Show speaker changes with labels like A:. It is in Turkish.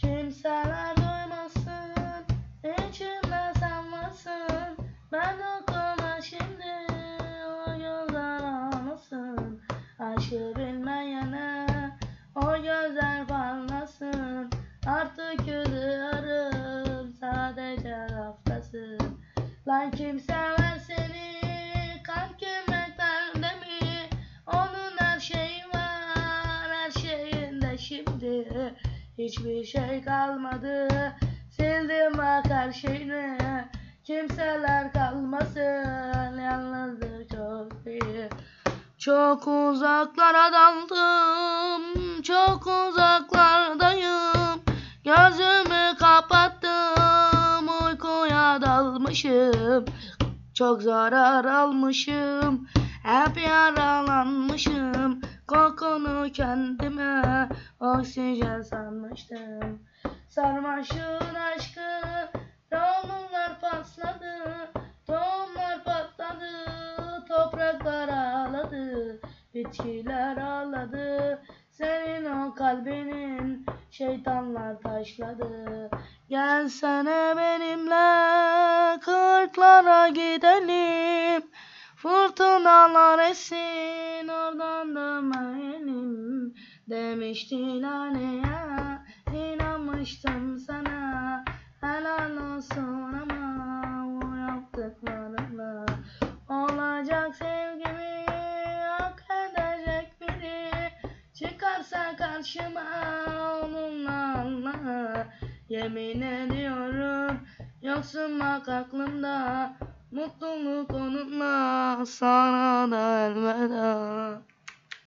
A: Kimseler duymasın, içimde sen varsın. Ben okuma şimdi, o gözler ağlasın. Aşkı bilmeyene o gözler parlasın. Artık üzüyorum, sadece laftasın. Lan kim sever seni, kalp kim bekler de mi? Onun her şeyi var, her şeyinde şimdi. Hiçbir şey kalmadı, sildim bak her şeyini. Kimseler kalmasın, yalnızlık çok iyi. Çok uzaklara daldım, çok uzaklardayım. Gözümü kapattım, uykuya dalmışım. Çok zarar almışım, hep yaralanmışım. Kokunu kendime oksijen sanmıştım. Sarmaşığın aşkı, tohumlar patladı, tohumlar patladı. Topraklar ağladı, bitkiler ağladı. Senin o kalbinin şeytanlar taşladı. Gelsene benimle kırklara gidelim. Fırtınalar essin, oradan dönmeyelim. Demiştin hani ya, inanmıştım sana. Helal olsun ama bu yaptıklarına. Olacak sevgimi yok edecek biri. Çıkarsa karşıma onunla anla. Yemin ediyorum yoksun bak aklımda. Mutluluk onunla, sana da elveda.